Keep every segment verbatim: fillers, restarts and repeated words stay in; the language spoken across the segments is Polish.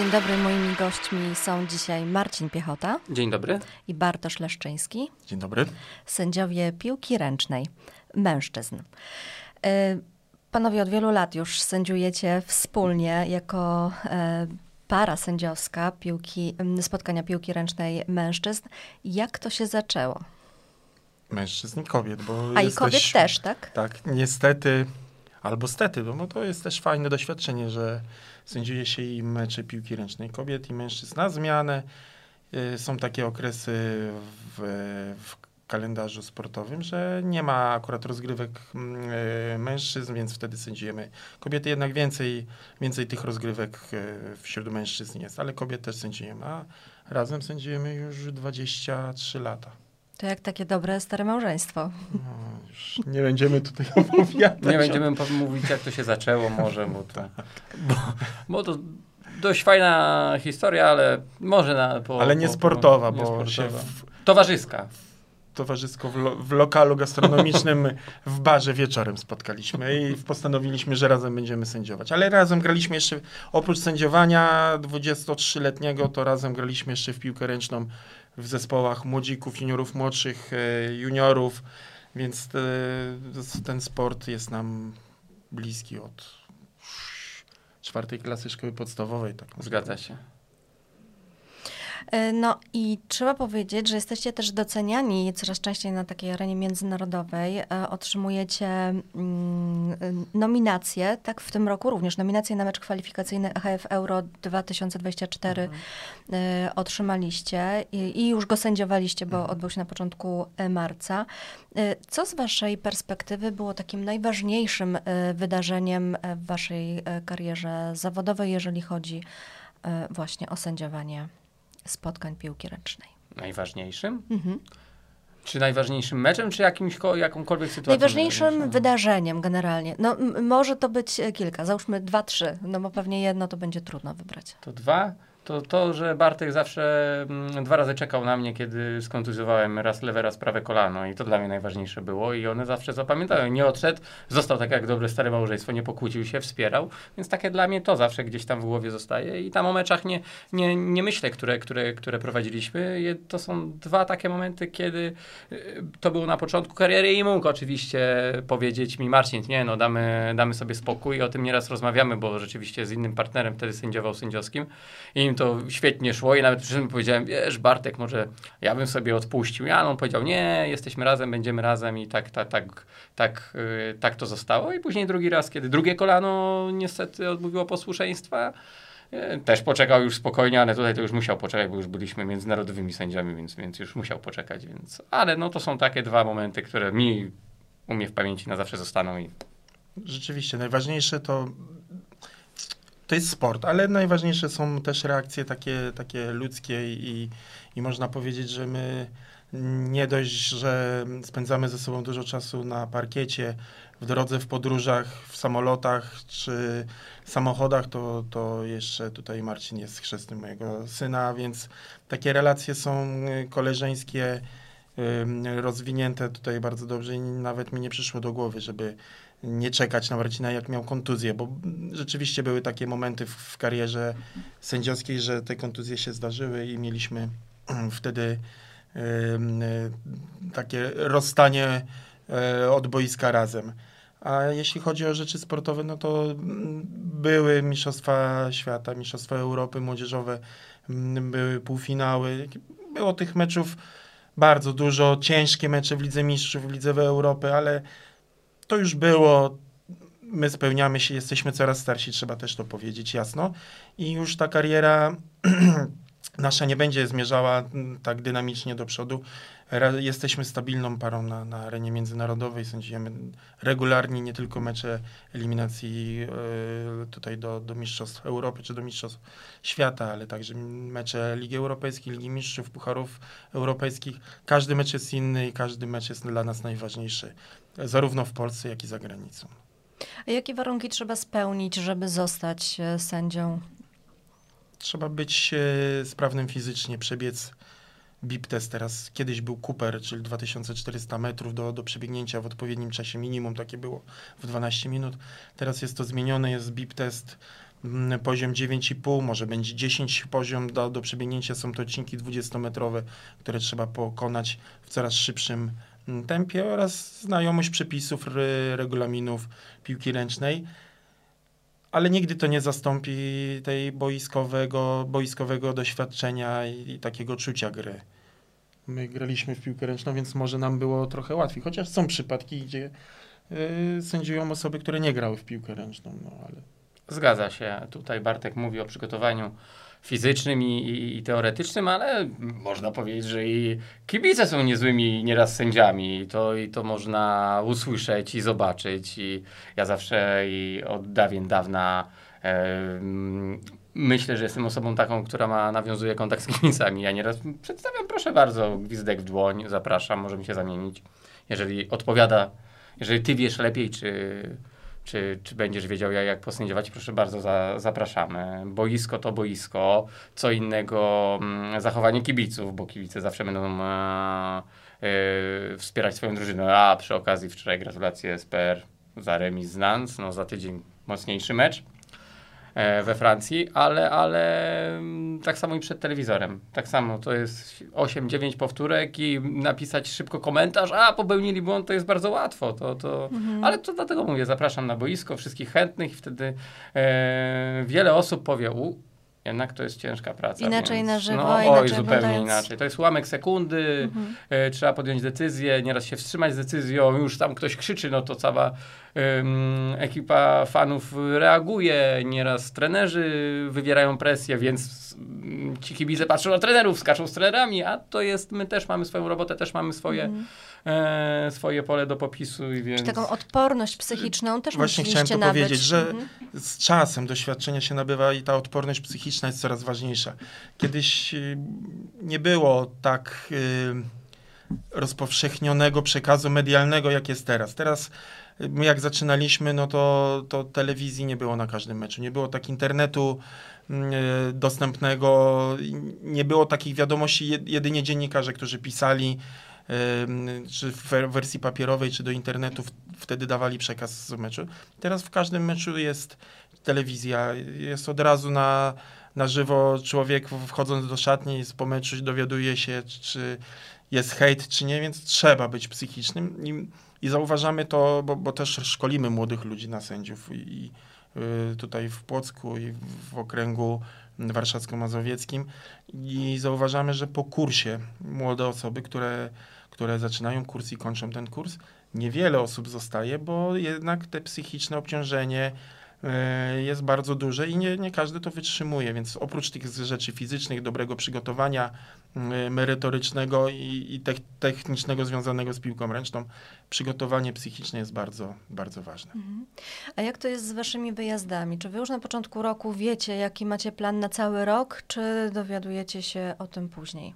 Dzień dobry, moimi gośćmi są dzisiaj Marcin Piechota. Dzień dobry. I Bartosz Leszczyński. Dzień dobry. Sędziowie piłki ręcznej, mężczyzn. Panowie od wielu lat już sędziujecie wspólnie jako para sędziowska piłki, spotkania piłki ręcznej mężczyzn. Jak to się zaczęło? Mężczyzn i kobiet, bo A jesteś, i kobiet też, tak? Tak, niestety, albo stety, bo to jest też fajne doświadczenie, że sędziuje się i mecze piłki ręcznej kobiet i mężczyzn na zmianę. Są takie okresy w, w kalendarzu sportowym, że nie ma akurat rozgrywek mężczyzn, więc wtedy sędziujemy kobiety. Jednak więcej, więcej tych rozgrywek wśród mężczyzn jest, ale kobiet też sędziujemy, a razem sędziujemy już dwadzieścia trzy lata. To jak takie dobre, stare małżeństwo. No, już nie będziemy tutaj opowiadać. Nie będziemy mówić, jak to się zaczęło może, bo to, bo, bo to dość fajna historia, ale może na... Po, ale nie po, sportowa, po, bo nie sportowa. się... W, towarzyska. Towarzysko w, lo, w lokalu gastronomicznym w barze wieczorem spotkaliśmy i postanowiliśmy, że razem będziemy sędziować. Ale razem graliśmy jeszcze, oprócz sędziowania dwudziestotrzyletniego, to razem graliśmy jeszcze w piłkę ręczną w zespołach młodzików, juniorów młodszych, juniorów, więc te, ten sport jest nam bliski od czwartej klasy szkoły podstawowej. Tak Zgadza się. No i trzeba powiedzieć, że jesteście też doceniani coraz częściej na takiej arenie międzynarodowej. Otrzymujecie mm, nominacje, tak w tym roku również, nominacje na mecz kwalifikacyjny A H F Euro dwa tysiące dwadzieścia cztery mhm. y, otrzymaliście i, i już go sędziowaliście, bo mhm. odbył się na początku marca. Y, co z waszej perspektywy było takim najważniejszym y, wydarzeniem w waszej y, karierze zawodowej, jeżeli chodzi y, właśnie o sędziowanie spotkań piłki ręcznej? Najważniejszym? Mhm. Czy najważniejszym meczem, czy jakimś, jakąkolwiek sytuacją? Najważniejszym wydarzeniem generalnie. No m- może to być kilka, załóżmy dwa, trzy, no bo pewnie jedno to będzie trudno wybrać. To dwa? To to, że Bartek zawsze mm, dwa razy czekał na mnie, kiedy skontuzjowałem raz lewe, raz prawe kolano i to dla mnie najważniejsze było i one zawsze zapamiętają. Nie odszedł, został tak jak dobre stare małżeństwo, nie pokłócił się, wspierał, więc takie dla mnie to zawsze gdzieś tam w głowie zostaje i tam o meczach nie, nie, nie myślę, które, które, które prowadziliśmy. To są dwa takie momenty, kiedy to było na początku kariery i mógł oczywiście powiedzieć mi Marcin, nie no, damy, damy sobie spokój, o tym nieraz rozmawiamy, bo rzeczywiście z innym partnerem wtedy sędziował sędziowskim i im to świetnie szło i nawet przy tym powiedziałem, wiesz Bartek, może ja bym sobie odpuścił. Ja on powiedział, nie, jesteśmy razem, będziemy razem i tak, tak, tak, tak, yy, tak to zostało. I później drugi raz, kiedy drugie kolano niestety odmówiło posłuszeństwa, yy, też poczekał już spokojnie, ale tutaj to już musiał poczekać, bo już byliśmy międzynarodowymi sędziami, więc, więc już musiał poczekać. Więc, ale no to są takie dwa momenty, które mi u mnie w pamięci na zawsze zostaną. I... Rzeczywiście, najważniejsze to To jest sport, ale najważniejsze są też reakcje takie, takie ludzkie i, i można powiedzieć, że my nie dość, że spędzamy ze sobą dużo czasu na parkiecie, w drodze, w podróżach, w samolotach czy samochodach, to, to jeszcze tutaj Marcin jest chrzestnym mojego syna, więc takie relacje są koleżeńskie, rozwinięte tutaj bardzo dobrze i nawet mi nie przyszło do głowy, żeby nie czekać na Marcina, jak miał kontuzję, bo rzeczywiście były takie momenty w, w karierze sędziowskiej, że te kontuzje się zdarzyły i mieliśmy wtedy y, y, takie rozstanie y, od boiska razem. A jeśli chodzi o rzeczy sportowe, no to były Mistrzostwa Świata, Mistrzostwa Europy młodzieżowe, były półfinały. Było tych meczów bardzo dużo, ciężkie mecze w Lidze Mistrzów, w Lidze Europy, ale to już było, my spełniamy się, jesteśmy coraz starsi, trzeba też to powiedzieć jasno i już ta kariera nasza nie będzie zmierzała tak dynamicznie do przodu. Jesteśmy stabilną parą na, na arenie międzynarodowej, sędziujemy regularnie nie tylko mecze eliminacji yy, tutaj do, do Mistrzostw Europy czy do Mistrzostw Świata, ale także mecze Ligi Europejskiej, Ligi Mistrzów, Pucharów Europejskich. Każdy mecz jest inny i każdy mecz jest dla nas najważniejszy, zarówno w Polsce, jak i za granicą. A jakie warunki trzeba spełnić, żeby zostać sędzią? Trzeba być e, sprawnym fizycznie, przebiec B I P test teraz. Kiedyś był Cooper, czyli dwa tysiące czterysta metrów do, do przebiegnięcia w odpowiednim czasie, minimum takie było w dwanaście minut. Teraz jest to zmienione, jest B I P test mm, poziom dziewięć i pół, może będzie dziesięć poziom do, do przebiegnięcia. Są to odcinki dwudziestometrowe, które trzeba pokonać w coraz szybszym mm, tempie oraz znajomość przepisów, re, regulaminów piłki ręcznej. Ale nigdy to nie zastąpi tej boiskowego, boiskowego doświadczenia i, i takiego czucia gry. My graliśmy w piłkę ręczną, więc może nam było trochę łatwiej, chociaż są przypadki, gdzie y, sędziują osoby, które nie grały w piłkę ręczną. No, ale... Zgadza się. Tutaj Bartek mówi o przygotowaniu fizycznym i, i, i teoretycznym, ale można powiedzieć, że i kibice są niezłymi nieraz sędziami. I to, i to można usłyszeć i zobaczyć. I ja zawsze i od dawien dawna e, myślę, że jestem osobą taką, która ma, nawiązuje kontakt z kibicami. Ja nieraz przedstawiam, proszę bardzo, gwizdek w dłoń, zapraszam, możemy się zamienić. Jeżeli odpowiada, jeżeli ty wiesz lepiej, czy... Czy, czy będziesz wiedział, jak posędziować? Proszę bardzo, za, zapraszamy. Boisko to boisko, co innego mm, zachowanie kibiców, bo kibice zawsze będą e, e, wspierać swoją drużynę. A przy okazji wczoraj gratulacje S P R za remis z Nantes, no za tydzień mocniejszy mecz e, we Francji, ale, ale mm, tak samo i przed telewizorem. Tak samo, to jest osiem dziewięć powtórek i napisać szybko komentarz, a popełnili błąd, to jest bardzo łatwo. To, to, mhm. Ale to dlatego mówię, zapraszam na boisko wszystkich chętnych i wtedy e, wiele osób powie, u, jednak to jest ciężka praca. Inaczej więc, na żywo, no, inaczej oj, zupełnie oglądając... inaczej. To jest ułamek sekundy, mhm. e, trzeba podjąć decyzję, nieraz się wstrzymać z decyzją, już tam ktoś krzyczy, no to cała um, ekipa fanów reaguje, nieraz trenerzy wywierają presję, więc um, ci kibice patrzą na trenerów, skaczą z trenerami, a to jest, my też mamy swoją robotę, też mamy swoje, mhm. e, swoje pole do popisu. I więc... Czy taką odporność psychiczną też Właśnie chciałem to nabyć. powiedzieć, że mhm. z czasem doświadczenia się nabywa i ta odporność psychiczna jest coraz ważniejsza. Kiedyś y, nie było tak y, rozpowszechnionego przekazu medialnego, jak jest teraz. Teraz y, my jak zaczynaliśmy, no to, to telewizji nie było na każdym meczu. Nie było tak internetu y, dostępnego, nie było takich wiadomości, jedynie dziennikarze, którzy pisali czy w wersji papierowej, czy do internetu, wtedy dawali przekaz z meczu. Teraz w każdym meczu jest telewizja, jest od razu na, na żywo człowiek wchodząc do szatni po meczu dowiaduje się, czy jest hejt, czy nie, więc trzeba być psychicznym i, i zauważamy to, bo, bo też szkolimy młodych ludzi na sędziów i, i tutaj w Płocku i w okręgu warszawsko-mazowieckim i zauważamy, że po kursie młode osoby, które które zaczynają kurs i kończą ten kurs, niewiele osób zostaje, bo jednak te psychiczne obciążenie y, jest bardzo duże i nie, nie każdy to wytrzymuje, więc oprócz tych rzeczy fizycznych, dobrego przygotowania y, merytorycznego i, i te, technicznego związanego z piłką ręczną, przygotowanie psychiczne jest bardzo, bardzo ważne. Mhm. A jak to jest z waszymi wyjazdami? Czy wy już na początku roku wiecie, jaki macie plan na cały rok, czy dowiadujecie się o tym później?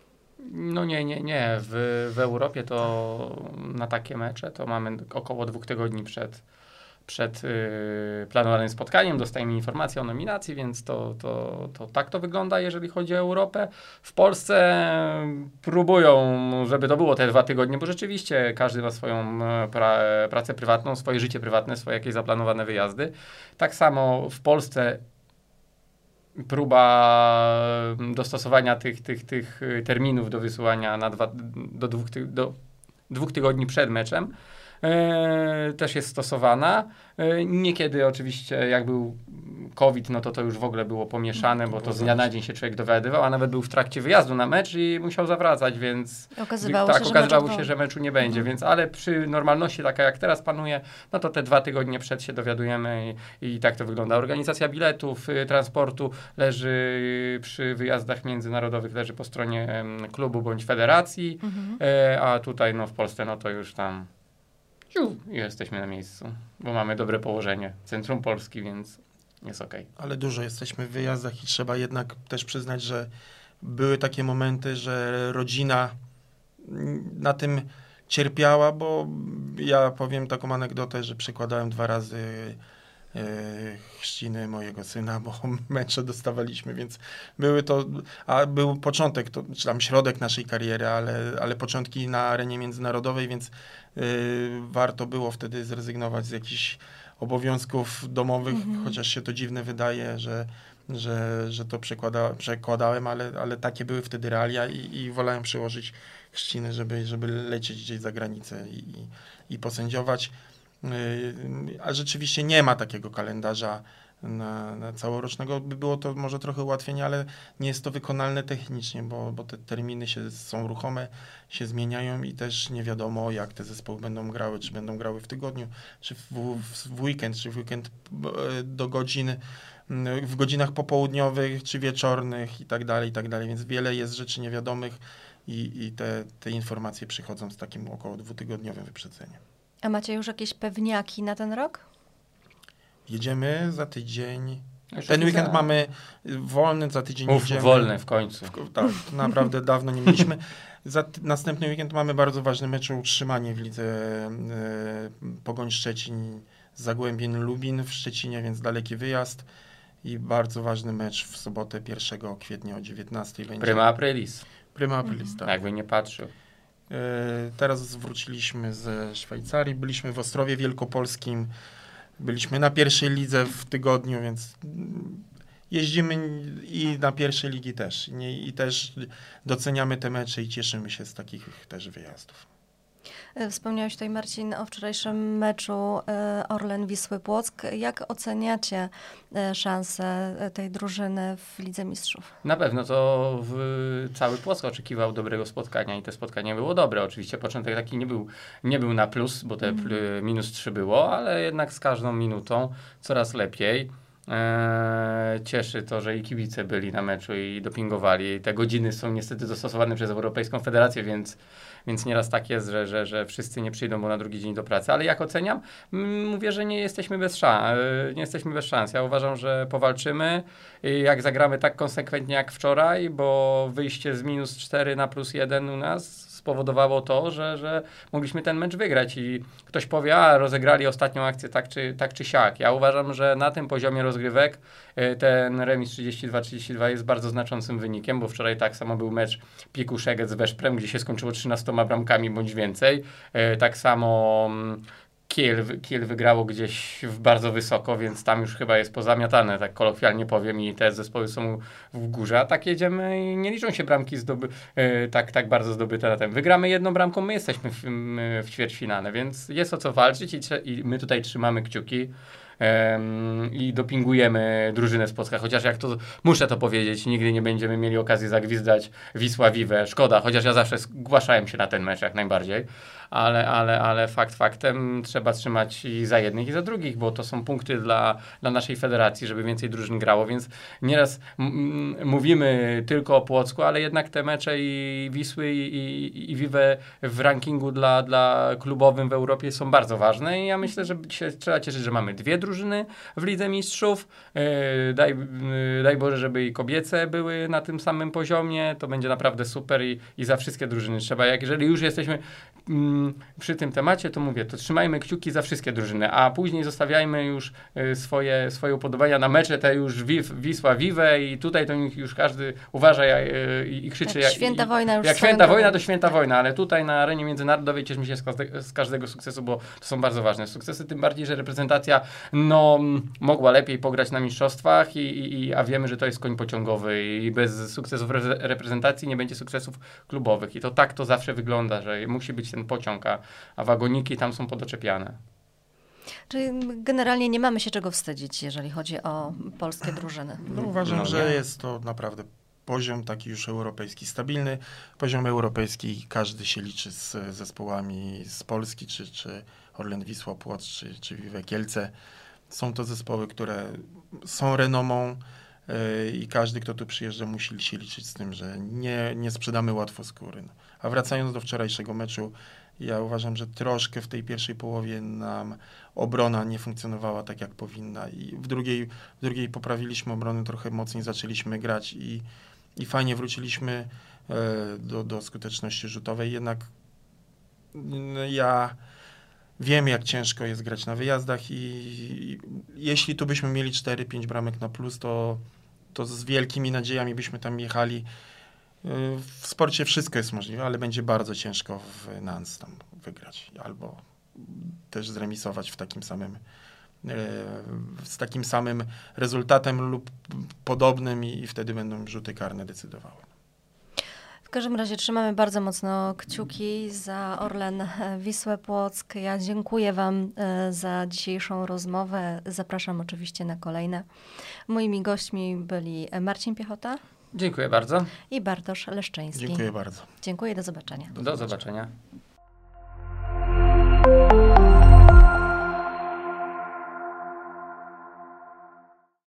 No nie, nie, nie. W, w Europie to na takie mecze to mamy około dwóch tygodni przed, przed yy, planowanym spotkaniem. Dostajemy informację o nominacji, więc to, to, to tak to wygląda, jeżeli chodzi o Europę. W Polsce próbują, żeby to było te dwa tygodnie, bo rzeczywiście każdy ma swoją pra, pracę prywatną, swoje życie prywatne, swoje jakieś zaplanowane wyjazdy. Tak samo w Polsce próba dostosowania tych, tych, tych terminów do wysyłania na dwa, do, dwóch, ty, do dwóch tygodni przed meczem e, też jest stosowana. E, niekiedy oczywiście jak był COVID, no to to już w ogóle było pomieszane, bo to z dnia na dzień się człowiek dowiadywał, a nawet był w trakcie wyjazdu na mecz i musiał zawracać, więc okazywało tak, się, okazywało że się, meczu że meczu nie będzie, mhm. więc ale przy normalności taka jak teraz panuje, no to te dwa tygodnie przed się dowiadujemy i, i tak to wygląda. Organizacja biletów, y, transportu leży przy wyjazdach międzynarodowych, leży po stronie y, klubu bądź federacji, mhm. y, a tutaj no w Polsce no to już tam i jesteśmy na miejscu, bo mamy dobre położenie. Centrum Polski, więc jest okej. Okay. Ale dużo jesteśmy w wyjazdach i trzeba jednak też przyznać, że były takie momenty, że rodzina na tym cierpiała, bo ja powiem taką anegdotę, że przekładałem dwa razy e, chrzciny mojego syna, bo mecze dostawaliśmy, więc były to, a był początek, to, czy tam środek naszej kariery, ale, ale początki na arenie międzynarodowej, więc y, warto było wtedy zrezygnować z jakichś obowiązków domowych, Mhm. chociaż się to dziwne wydaje, że, że, że to przekłada, przekładałem, ale, ale takie były wtedy realia i, i wolałem przyłożyć chrzciny, żeby, żeby lecieć gdzieś za granicę i, i, i posędziować. Yy, a rzeczywiście nie ma takiego kalendarza na, na całorocznego. By było to może trochę ułatwienie, ale nie jest to wykonalne technicznie, bo, bo te terminy się, są ruchome, się zmieniają i też nie wiadomo, jak te zespoły będą grały, czy będą grały w tygodniu, czy w, w, w weekend, czy w weekend do godzin, w godzinach popołudniowych, czy wieczornych i tak dalej, i tak dalej, więc wiele jest rzeczy niewiadomych i, i te, te informacje przychodzą z takim około dwutygodniowym wyprzedzeniem. A macie już jakieś pewniaki na ten rok? Jedziemy za tydzień. Już Ten weekend za- mamy wolny, za tydzień Uf, jedziemy. wolne w końcu. W- Tak, naprawdę dawno nie mieliśmy. Za t- następny weekend mamy bardzo ważny mecz o utrzymanie w lidze e, Pogoń Szczecin z Zagłębiem Lubin w Szczecinie, więc daleki wyjazd i bardzo ważny mecz w sobotę pierwszego kwietnia o dziewiętnastej będzie. Prima aprilis, Prima aprilis, tak. jakby nie patrzył. E, Teraz wróciliśmy ze Szwajcarii, byliśmy w Ostrowie Wielkopolskim, byliśmy na pierwszej lidze w tygodniu, więc mm, jeździmy i na pierwszej ligi też. Nie, I też doceniamy te mecze i cieszymy się z takich też wyjazdów. E, Wspomniałeś tutaj, Marcin, o wczorajszym meczu e, Orlen-Wisły Płock. Jak oceniacie e, szanse e, tej drużyny w Lidze Mistrzów? Na pewno to w, cały Płock oczekiwał dobrego spotkania i to spotkanie było dobre. Oczywiście początek taki nie był, nie był na plus, bo te pl, minus trzy było, ale jednak z każdą minutą coraz lepiej. Eee, cieszy to, że i kibice byli na meczu i dopingowali. Te godziny są niestety dostosowane przez Europejską Federację, więc, więc nieraz tak jest, że, że, że wszyscy nie przyjdą, bo na drugi dzień do pracy. Ale jak oceniam? M, Mówię, że nie jesteśmy bez szans. Nie jesteśmy bez szans. Ja uważam, że powalczymy. I jak zagramy tak konsekwentnie jak wczoraj, bo wyjście z minus cztery na plus jeden u nas spowodowało to, że, że mogliśmy ten mecz wygrać i ktoś powie, a rozegrali ostatnią akcję tak czy, tak czy siak. Ja uważam, że na tym poziomie rozgrywek y, ten remis trzydzieści dwa trzydzieści dwa jest bardzo znaczącym wynikiem, bo wczoraj tak samo był mecz Piku Szeged z Weszprem, gdzie się skończyło trzynastoma bramkami bądź więcej. Y, tak samo mm, Kiel, Kiel wygrało gdzieś w bardzo wysoko, więc tam już chyba jest pozamiatane, tak kolokwialnie powiem, i te zespoły są w górze, a tak jedziemy i nie liczą się bramki zdoby, yy, tak, tak bardzo zdobyte na ten. Wygramy jedną bramką, my jesteśmy w, yy, w ćwierćfinale, więc jest o co walczyć i, trze- i my tutaj trzymamy kciuki. Um, i dopingujemy drużynę z Płocka, chociaż jak to, muszę to powiedzieć, nigdy nie będziemy mieli okazji zagwizdać Wisła Vive, szkoda, chociaż ja zawsze zgłaszałem się na ten mecz jak najbardziej, ale, ale, ale fakt faktem trzeba trzymać i za jednych i za drugich, bo to są punkty dla, dla naszej federacji, żeby więcej drużyn grało, więc nieraz m- mówimy tylko o Płocku, ale jednak te mecze i Wisły i, i, i Vive w rankingu dla, dla klubowym w Europie są bardzo ważne i ja myślę, że się trzeba cieszyć, że mamy dwie drużyny w Lidze Mistrzów. Yy, daj, yy, daj Boże, żeby i kobiece były na tym samym poziomie. To będzie naprawdę super i, i za wszystkie drużyny trzeba. Jak jeżeli już jesteśmy mm, przy tym temacie, to mówię, to trzymajmy kciuki za wszystkie drużyny, a później zostawiajmy już yy, swoje, swoje upodobania na mecze te już Wiw, Wisła Vive i tutaj to już każdy uważa yy, i krzyczy. Tak, jak, święta i, wojna już Jak swoją święta drogą. wojna, to święta wojna, ale tutaj na arenie międzynarodowej cieszmy się z, każde, z każdego sukcesu, bo to są bardzo ważne sukcesy, tym bardziej, że reprezentacja no, mogła lepiej pograć na mistrzostwach, i, i, i, a wiemy, że to jest koń pociągowy i bez sukcesów re- reprezentacji nie będzie sukcesów klubowych. I to tak to zawsze wygląda, że musi być ten pociąg, a, a wagoniki tam są podoczepiane. Czyli generalnie nie mamy się czego wstydzić, jeżeli chodzi o polskie drużyny. No, uważam, No że nie. jest to naprawdę poziom taki już europejski, stabilny. Poziom europejski, każdy się liczy z zespołami z Polski, czy, czy Orlen Wisła Płock, czy, czy Vive Kielce. Są to zespoły, które są renomą yy, i każdy, kto tu przyjeżdża, musi się liczyć z tym, że nie, nie sprzedamy łatwo skóry. No. A wracając do wczorajszego meczu, ja uważam, że troszkę w tej pierwszej połowie nam obrona nie funkcjonowała tak, jak powinna. I w drugiej, w drugiej poprawiliśmy obronę, trochę mocniej zaczęliśmy grać i, i fajnie wróciliśmy e, do, do skuteczności rzutowej. Jednak no, ja wiem, jak ciężko jest grać na wyjazdach i, i jeśli tu byśmy mieli cztery pięć bramek na plus, to, to z wielkimi nadziejami byśmy tam jechali. W sporcie wszystko jest możliwe, ale będzie bardzo ciężko w Nantes tam wygrać albo też zremisować w takim samym z takim samym rezultatem lub podobnym i, i wtedy będą rzuty karne decydowały. W każdym razie trzymamy bardzo mocno kciuki za Orlen Wisłę Płock. Ja dziękuję Wam za dzisiejszą rozmowę. Zapraszam oczywiście na kolejne. Moimi gośćmi byli Marcin Piechota. Dziękuję bardzo. I Bartosz Leszczyński. Dziękuję bardzo. Dziękuję, do zobaczenia. Do zobaczenia.